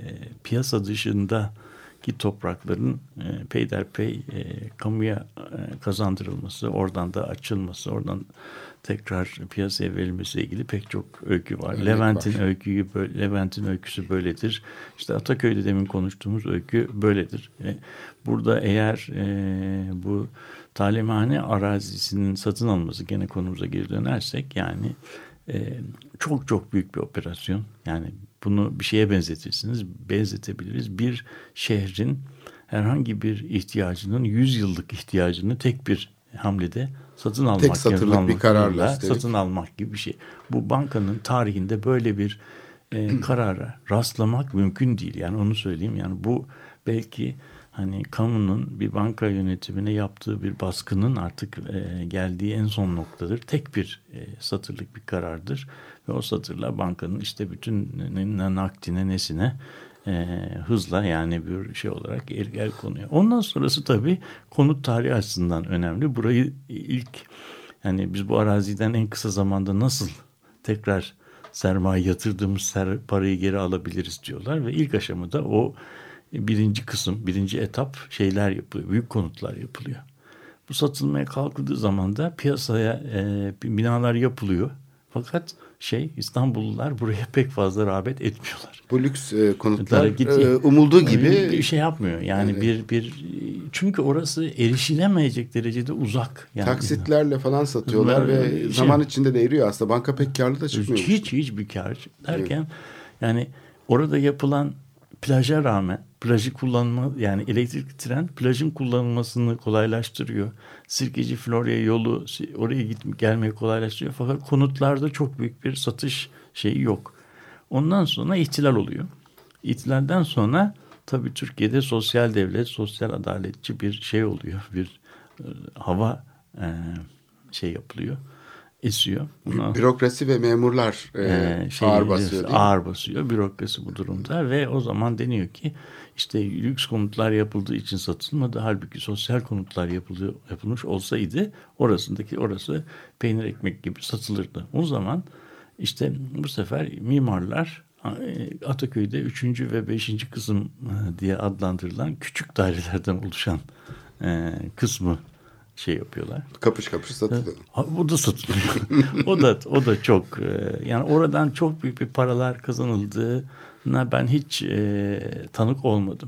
piyasa dışındaki toprakların e, peyderpey e, kamuya e, kazandırılması, oradan da açılması, oradan tekrar piyasaya verilmesiyle ilgili pek çok öykü var. Evet, Levent'in var. öyküyü böyle, Levent'in öyküsü böyledir. İşte Ataköy'de demin konuştuğumuz öykü böyledir. E, burada eğer e, bu talimhane arazisinin satın alınması, gene konumuza geri dönersek yani e, çok çok büyük bir operasyon. Yani bunu bir şeye benzetirsiniz, benzetebiliriz. Bir şehrin herhangi bir ihtiyacının yüz yıllık ihtiyacını tek bir hamlede satın almak, tek satırlık bir kararla satın almak gibi bir şey. Bu bankanın tarihinde böyle bir e, karara rastlamak mümkün değil. Yani onu söyleyeyim. Yani bu belki hani kamunun bir banka yönetimine yaptığı bir baskının artık e, geldiği en son noktadır. Tek bir e, satırlık bir karardır. Ve o satırla bankanın işte bütün nakdine nesine e, hızla yani bir şey olarak el, el konuyor. Ondan sonrası tabii konut tarihi açısından önemli. Burayı ilk yani biz bu araziden en kısa zamanda nasıl tekrar sermaye yatırdığımız ser, parayı geri alabiliriz diyorlar. Ve ilk aşamada o birinci kısım, birinci etap şeyler yapılıyor. Büyük konutlar yapılıyor. Bu satılmaya kalkıldığı zaman da piyasaya e, binalar yapılıyor. Fakat şey İstanbullular buraya pek fazla rağbet etmiyorlar. Bu lüks e, konutlar e, umulduğu gibi bir şey yapmıyor. Yani evet. bir bir çünkü orası erişilemeyecek derecede uzak. Yani taksitlerle falan satıyorlar ve şey, zaman içinde de eriyor aslında. Banka pek karlı da çıkmıyor. Hiç hiç bir kar derken evet. yani orada yapılan plaja rağmen plajı kullanma yani elektrikli tren plajın kullanılmasını kolaylaştırıyor. Sirkeci Florya yolu oraya gitmek gelmeyi kolaylaştırıyor. Fakat konutlarda çok büyük bir satış şeyi yok. Ondan sonra ihtilal oluyor. İhtilalden sonra tabii Türkiye'de sosyal devlet, sosyal adaletçi bir şey oluyor. Bir e, hava e, şey yapılıyor. Esiyor. Buna, bürokrasi ve memurlar e, e, şey, ağır basıyor değil mi? Ağır basıyor bürokrasi bu durumda ve o zaman deniyor ki işte lüks konutlar yapıldığı için satılmadı. Halbuki sosyal konutlar yapılıyor, yapılmış olsaydı orasındaki orası peynir ekmek gibi satılırdı. O zaman işte bu sefer mimarlar Ataköy'de üçüncü ve beşinci kısım diye adlandırılan küçük dairelerden oluşan e, kısmı şey yapıyorlar. Kapış kapış satılıyor. Bu da satılıyor. o da o da çok yani oradan çok büyük bir paralar kazanıldığına ben hiç e, tanık olmadım.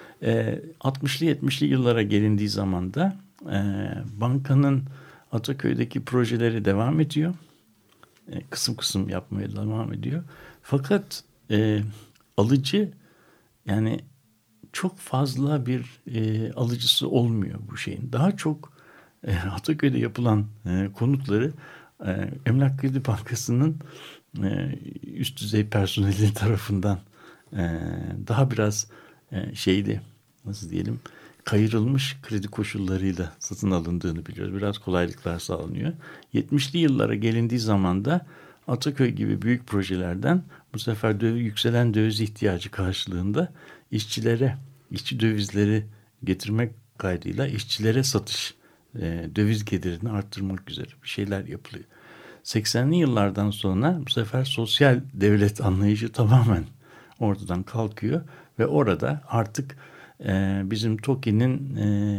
E, altmışlı yetmişli yıllara gelindiği zaman da e, bankanın Ataköy'deki projeleri devam ediyor. e, kısım kısım yapmaya devam ediyor. Fakat e, alıcı yani çok fazla bir e, alıcısı olmuyor bu şeyin. Daha çok e, Ataköy'de yapılan e, konutları e, Emlak Kredi Bankası'nın e, üst düzey personeli tarafından e, daha biraz e, şeydi, nasıl diyelim, kayırılmış kredi koşullarıyla satın alındığını biliyoruz. Biraz kolaylıklar sağlanıyor. yetmişli yıllara gelindiği zaman da Ataköy gibi büyük projelerden bu sefer döv, yükselen döviz ihtiyacı karşılığında işçilere, işçi dövizleri getirmek kaydıyla işçilere satış, e, döviz gelirini arttırmak üzere bir şeyler yapılıyor. seksenli yıllardan sonra bu sefer sosyal devlet anlayışı tamamen ortadan kalkıyor ve orada artık e, bizim TOKİ'nin e,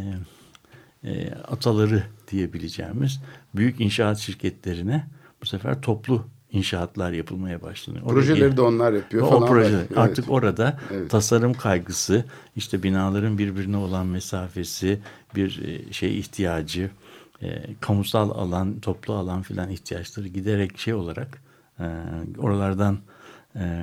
e, ataları diyebileceğimiz büyük inşaat şirketlerine bu sefer toplu inşaatlar yapılmaya başlanıyor. Projeleri Orada, de onlar yapıyor o falan. proje Evet. artık orada Evet. tasarım kaygısı, işte binaların birbirine olan mesafesi, bir şey ihtiyacı, e, kamusal alan, toplu alan filan ihtiyaçları giderek şey olarak e, oralardan e,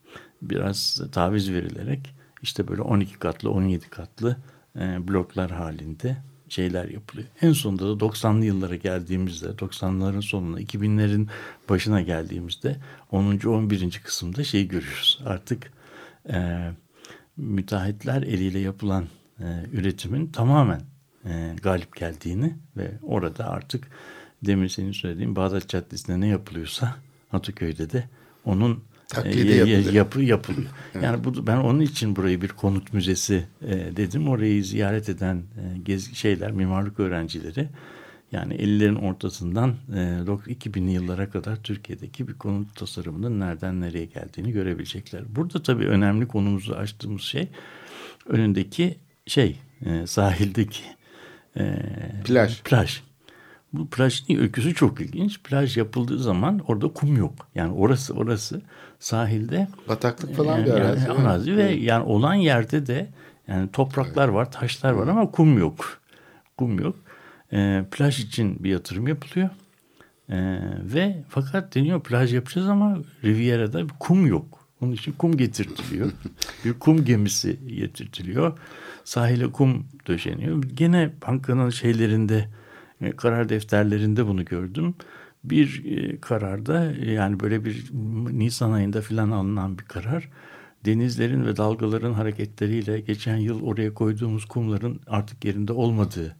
biraz taviz verilerek işte böyle on iki katlı, on yedi katlı e, bloklar halinde şeyler yapılıyor. En sonunda da doksanlı yıllara geldiğimizde, doksanların sonuna, iki binlerin başına geldiğimizde onuncu on birinci kısımda şey görüyoruz. Artık e, müteahhitler eliyle yapılan e, üretimin tamamen e, galip geldiğini ve orada artık demin senin söylediğin Bağdat Caddesi'nde ne yapılıyorsa Ataköy'de de onun taklidi e, yapılıyor. yapı yapılıyor. Yani bu, ben onun için burayı bir konut müzesi e, dedim. Orayı ziyaret eden e, gez, şeyler, mimarlık öğrencileri yani ellilerin ortasından e, iki binli yıllara kadar Türkiye'deki bir konut tasarımının nereden nereye geldiğini görebilecekler. Burada tabii önemli konumuzu açtığımız şey önündeki şey e, sahildeki e, plaj. plaj. Bu plajın öyküsü çok ilginç. Plaj yapıldığı zaman orada kum yok. Yani orası orası sahilde Bataklık falan bir yani, arazi. yani arazi Evet. ve yani olan yerde de yani topraklar var, taşlar var ama kum yok. Kum yok. E, plaj için bir yatırım yapılıyor. E, ve fakat deniyor plaj yapacağız ama Riviera'da kum yok. Onun için kum getirtiliyor. Bir kum gemisi getirtiliyor. Sahile kum döşeniyor. Gene bankanın şeylerinde, karar defterlerinde bunu gördüm. Bir e, kararda yani böyle bir Nisan ayında filan alınan bir karar. Denizlerin ve dalgaların hareketleriyle geçen yıl oraya koyduğumuz kumların artık yerinde olmadığı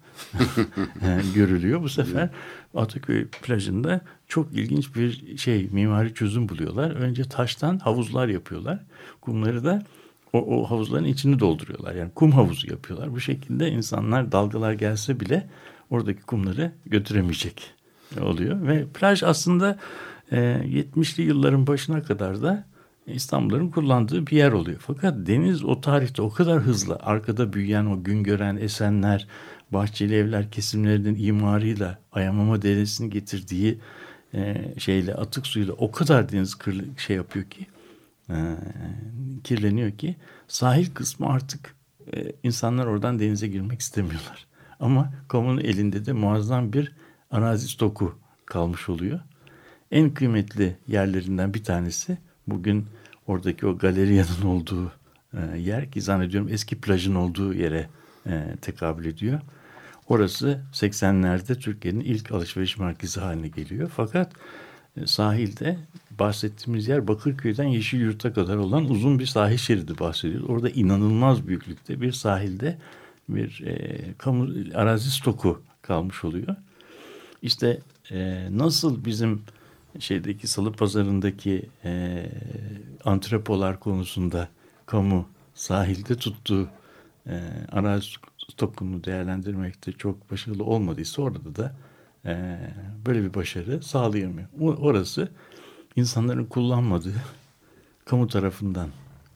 görülüyor. Bu sefer Ataköy plajında çok ilginç bir şey, mimari çözüm buluyorlar. Önce taştan havuzlar yapıyorlar. Kumları da o, o havuzların içini dolduruyorlar. Yani kum havuzu yapıyorlar. Bu şekilde insanlar dalgalar gelse bile oradaki kumları götüremeyecek oluyor. Ve plaj aslında e, yetmişli yılların başına kadar da İstanbul'un kullandığı bir yer oluyor. Fakat deniz o tarihte o kadar hızlı arkada büyüyen o Güngören, Esenler, Bahçeli Evler kesimlerinin imarıyla Ayamama Deresi'ni getirdiği e, şeyle atık suyuyla o kadar deniz kırlı, şey yapıyor ki e, kirleniyor ki sahil kısmı artık e, insanlar oradan denize girmek istemiyorlar. Ama kamunun elinde de muazzam bir arazi stoku kalmış oluyor. En kıymetli yerlerinden bir tanesi bugün oradaki o galeriyanın olduğu e, yer ki zannediyorum eski plajın olduğu yere e, tekabül ediyor. Orası seksenlerde Türkiye'nin ilk alışveriş merkezi haline geliyor. Fakat e, sahilde bahsettiğimiz yer Bakırköy'den Yeşilyurt'a kadar olan uzun bir sahil şeridi bahsediyoruz. Orada inanılmaz büyüklükte bir sahilde bir e, kamu arazi stoku kalmış oluyor. İşte e, nasıl bizim şeydeki Salı Pazarı'ndaki e, antrepolar konusunda kamu sahilde tuttuğu e, arazi stokunu değerlendirmekte çok başarılı olmadıysa orada da e, böyle bir başarı sağlayamıyor. O, orası insanların kullanmadığı kamu tarafından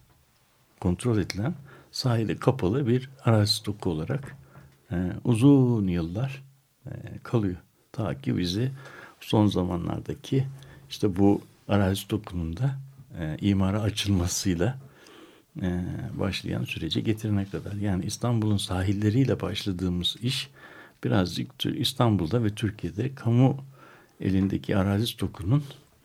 kontrol edilen sahile kapalı bir arazi stoku olarak e, uzun yıllar e, kalıyor. Ta ki bizi son zamanlardaki işte bu arazi stokunun da e, imara açılmasıyla e, başlayan sürece getirene kadar. Yani İstanbul'un sahilleriyle başladığımız iş birazcık İstanbul'da ve Türkiye'de kamu elindeki arazi stokunun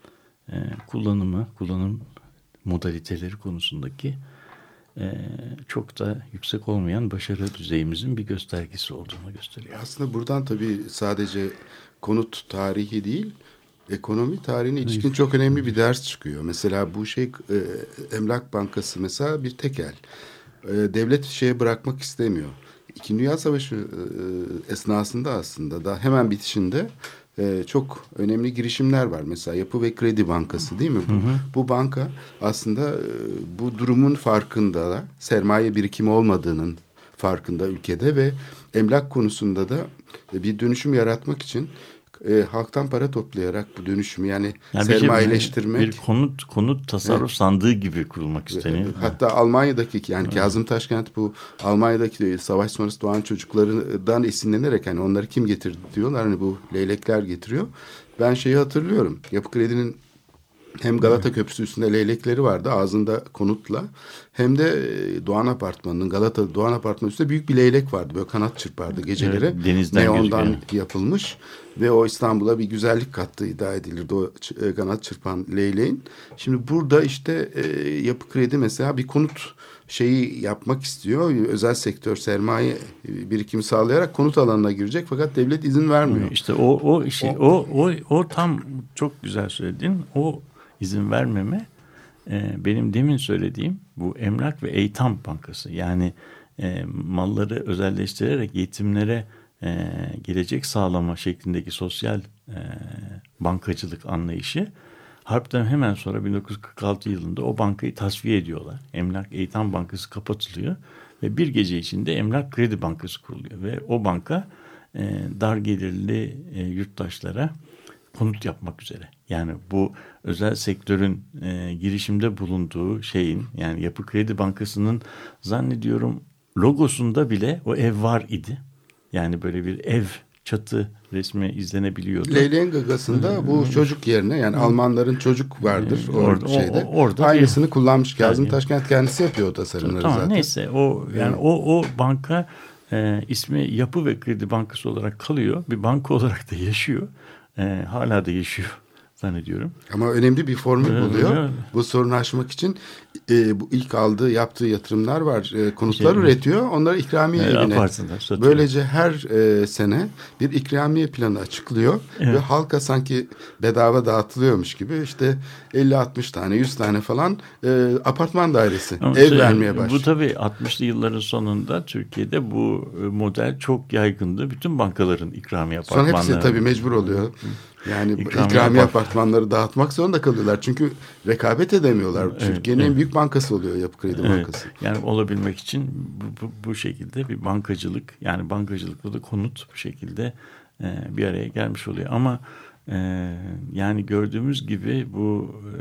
e, kullanımı, kullanım modaliteleri konusundaki e, çok da yüksek olmayan başarı düzeyimizin bir göstergesi olduğunu gösteriyor. Aslında buradan tabii sadece konut tarihi değil, ekonomi tarihine ilişkin çok önemli bir ders çıkıyor. Mesela bu şey e, Emlak Bankası mesela bir tekel. E, devlet şeye bırakmak istemiyor. İkinci Dünya Savaşı e, esnasında aslında da hemen bitişinde e, çok önemli girişimler var. Mesela Yapı ve Kredi Bankası değil mi? Bu, hı hı. bu banka aslında e, bu durumun farkında da sermaye birikimi olmadığının farkında ülkede ve emlak konusunda da bir dönüşüm yaratmak için e, halktan para toplayarak bu dönüşümü yani, yani sermayeleştirmek. Bir, bir konut konut tasarruf evet. sandığı gibi kurulmak isteniyor. Hatta Almanya'daki yani evet. Kazım Taşkent bu Almanya'daki savaş sonrası doğan çocuklardan esinlenerek hani onları kim getirdi diyorlar. Hani bu leylekler getiriyor. Ben şeyi hatırlıyorum. Yapı Kredi'nin hem Galata evet. Köprüsü üstünde leylekleri vardı ağzında konutla. Hem de Doğan Apartmanı'nın Galata Doğan Apartmanı üstünde büyük bir leylek vardı. Böyle kanat çırpardı geceleri. Evet, denizden neondan gözüküyor. Yapılmış. Ve o İstanbul'a bir güzellik kattığı iddia edilirdi o kanat çırpan leyleğin. Şimdi burada işte e, Yapı Kredi mesela bir konut şeyi yapmak istiyor. Özel sektör sermaye birikimi sağlayarak konut alanına girecek fakat devlet izin vermiyor. İşte o o işi o o o, o tam çok güzel söyledin. O izin vermeme e, benim demin söylediğim bu Emlak ve Eytam Bankası yani e, malları özelleştirerek yetimlere e, gelecek sağlama şeklindeki sosyal e, bankacılık anlayışı harpten hemen sonra bin dokuz yüz kırk altı yılında o bankayı tasfiye ediyorlar. Emlak Eytam Bankası kapatılıyor ve bir gece içinde Emlak Kredi Bankası kuruluyor ve o banka e, dar gelirli e, yurttaşlara konut yapmak üzere. Yani bu özel sektörün e, girişimde bulunduğu şeyin yani Yapı Kredi Bankası'nın zannediyorum logosunda bile o ev var idi. Yani böyle bir ev çatı resmi izlenebiliyordu. Leyleğin gagasında hmm. bu çocuk yerine yani hmm. Almanların çocuk vardır hmm. orada şeyde. O, orada aynısını kullanmış. Kazım yani, Taşkent kendisi yapıyor o tasarımları tamam, zaten. Neyse o yani hmm. o o banka e, ismi Yapı ve Kredi Bankası olarak kalıyor. Bir banka olarak da yaşıyor. E, hala da yaşıyor zannediyorum. Ama önemli bir formül buluyor. Evet. Bu sorunu aşmak için e, bu ilk aldığı yaptığı yatırımlar var. E, konutlar şey, üretiyor. Onları ikramiye evet, evine. Böylece her e, sene bir ikramiye planı açıklıyor. Evet. Ve halka sanki bedava dağıtılıyormuş gibi işte elli altmış tane yüz tane falan e, apartman dairesi Ama ev şey, vermeye başlıyor. Bu tabii altmışlı yılların sonunda Türkiye'de bu model çok yaygındı. Bütün bankaların ikramiye apartmanları. Sonra hepsi tabii mecbur oluyor. Yani ikramiye, ikramiye apartmanları dağıtmak zorunda kalıyorlar. Çünkü rekabet edemiyorlar. Evet, Türkiye'nin evet. en büyük bankası oluyor Yapı Kredi evet. Bankası. Yani olabilmek için bu, bu, bu şekilde bir bankacılık yani bankacılıkla da konut bu şekilde e, bir araya gelmiş oluyor. Ama e, yani gördüğümüz gibi bu e,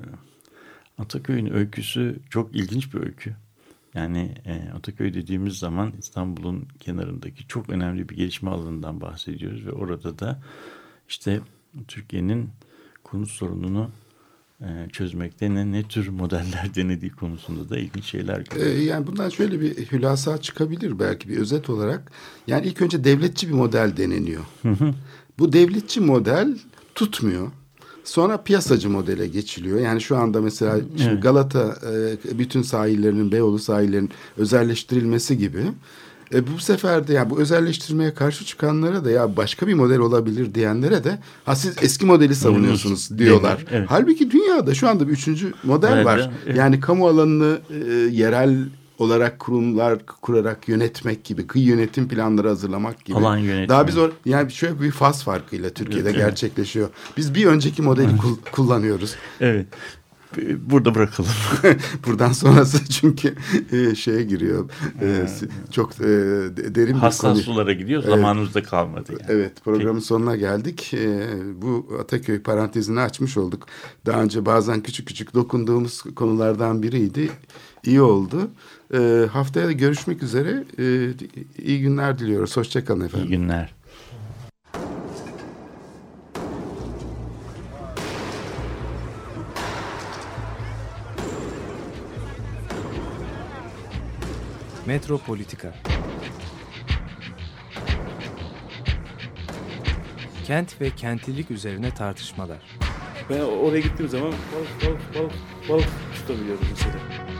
Ataköy'ün öyküsü çok ilginç bir öykü. Yani e, Ataköy dediğimiz zaman İstanbul'un kenarındaki çok önemli bir gelişme alanından bahsediyoruz ve orada da işte Türkiye'nin konut sorununu e, çözmekte ne, ne tür modeller denediği konusunda da ilginç şeyler görüyoruz. Ee, yani bundan şöyle bir hülasa çıkabilir belki bir özet olarak. Yani ilk önce devletçi bir model deneniyor. Hı hı. Bu devletçi model tutmuyor. Sonra piyasacı modele geçiliyor. Yani şu anda mesela şimdi evet. Galata e, bütün sahillerinin, Beyoğlu sahillerinin özelleştirilmesi gibi. E bu sefer de ya bu özelleştirmeye karşı çıkanlara da ya başka bir model olabilir diyenlere de ha siz eski modeli savunuyorsunuz hmm. diyorlar. Evet. Halbuki dünyada şu anda bir üçüncü model evet, var. Evet. Yani kamu alanını e, yerel olarak kurumlar kurarak yönetmek gibi, kıyı yönetim planları hazırlamak gibi. Alan yönetimi. Daha biz or yani şöyle bir faz farkıyla Türkiye'de evet, gerçekleşiyor. Biz bir önceki modeli kul kullanıyoruz. Evet. Burada bırakalım. Buradan sonrası çünkü e, şeye giriyor. E, çok e, derin bir hassas konu. sulara gidiyor. Zamanımız da kalmadı. Yani. Evet, programın Peki. sonuna geldik. E, bu Ataköy parantezini açmış olduk. Daha önce bazen küçük küçük dokunduğumuz konulardan biriydi. İyi oldu. E, haftaya da görüşmek üzere. E, iyi günler diliyoruz. Hoşçakalın efendim. İyi günler. Metropolitika. Kent ve kentlilik üzerine tartışmalar. Ben oraya gittiğim zaman balık balık balık balık tutabiliyorum mesela.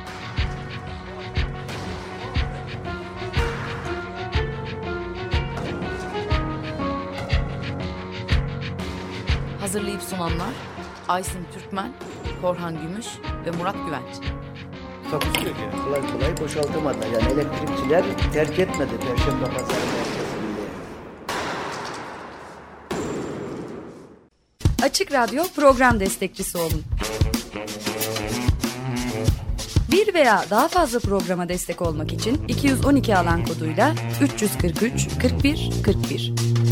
Hazırlayıp sunanlar Aysin Türkmen, Korhan Gümüş ve Murat Güvenç. Takusu yok yani. Kolay kolay boşaltamadı. Yani elektrikçiler terk etmedi Perşembe Pazarı merkezini. Açık Radyo program destekçisi olun. Bir veya daha fazla programa destek olmak için iki yüz on iki alan koduyla üç yüz kırk üç kırk bir kırk bir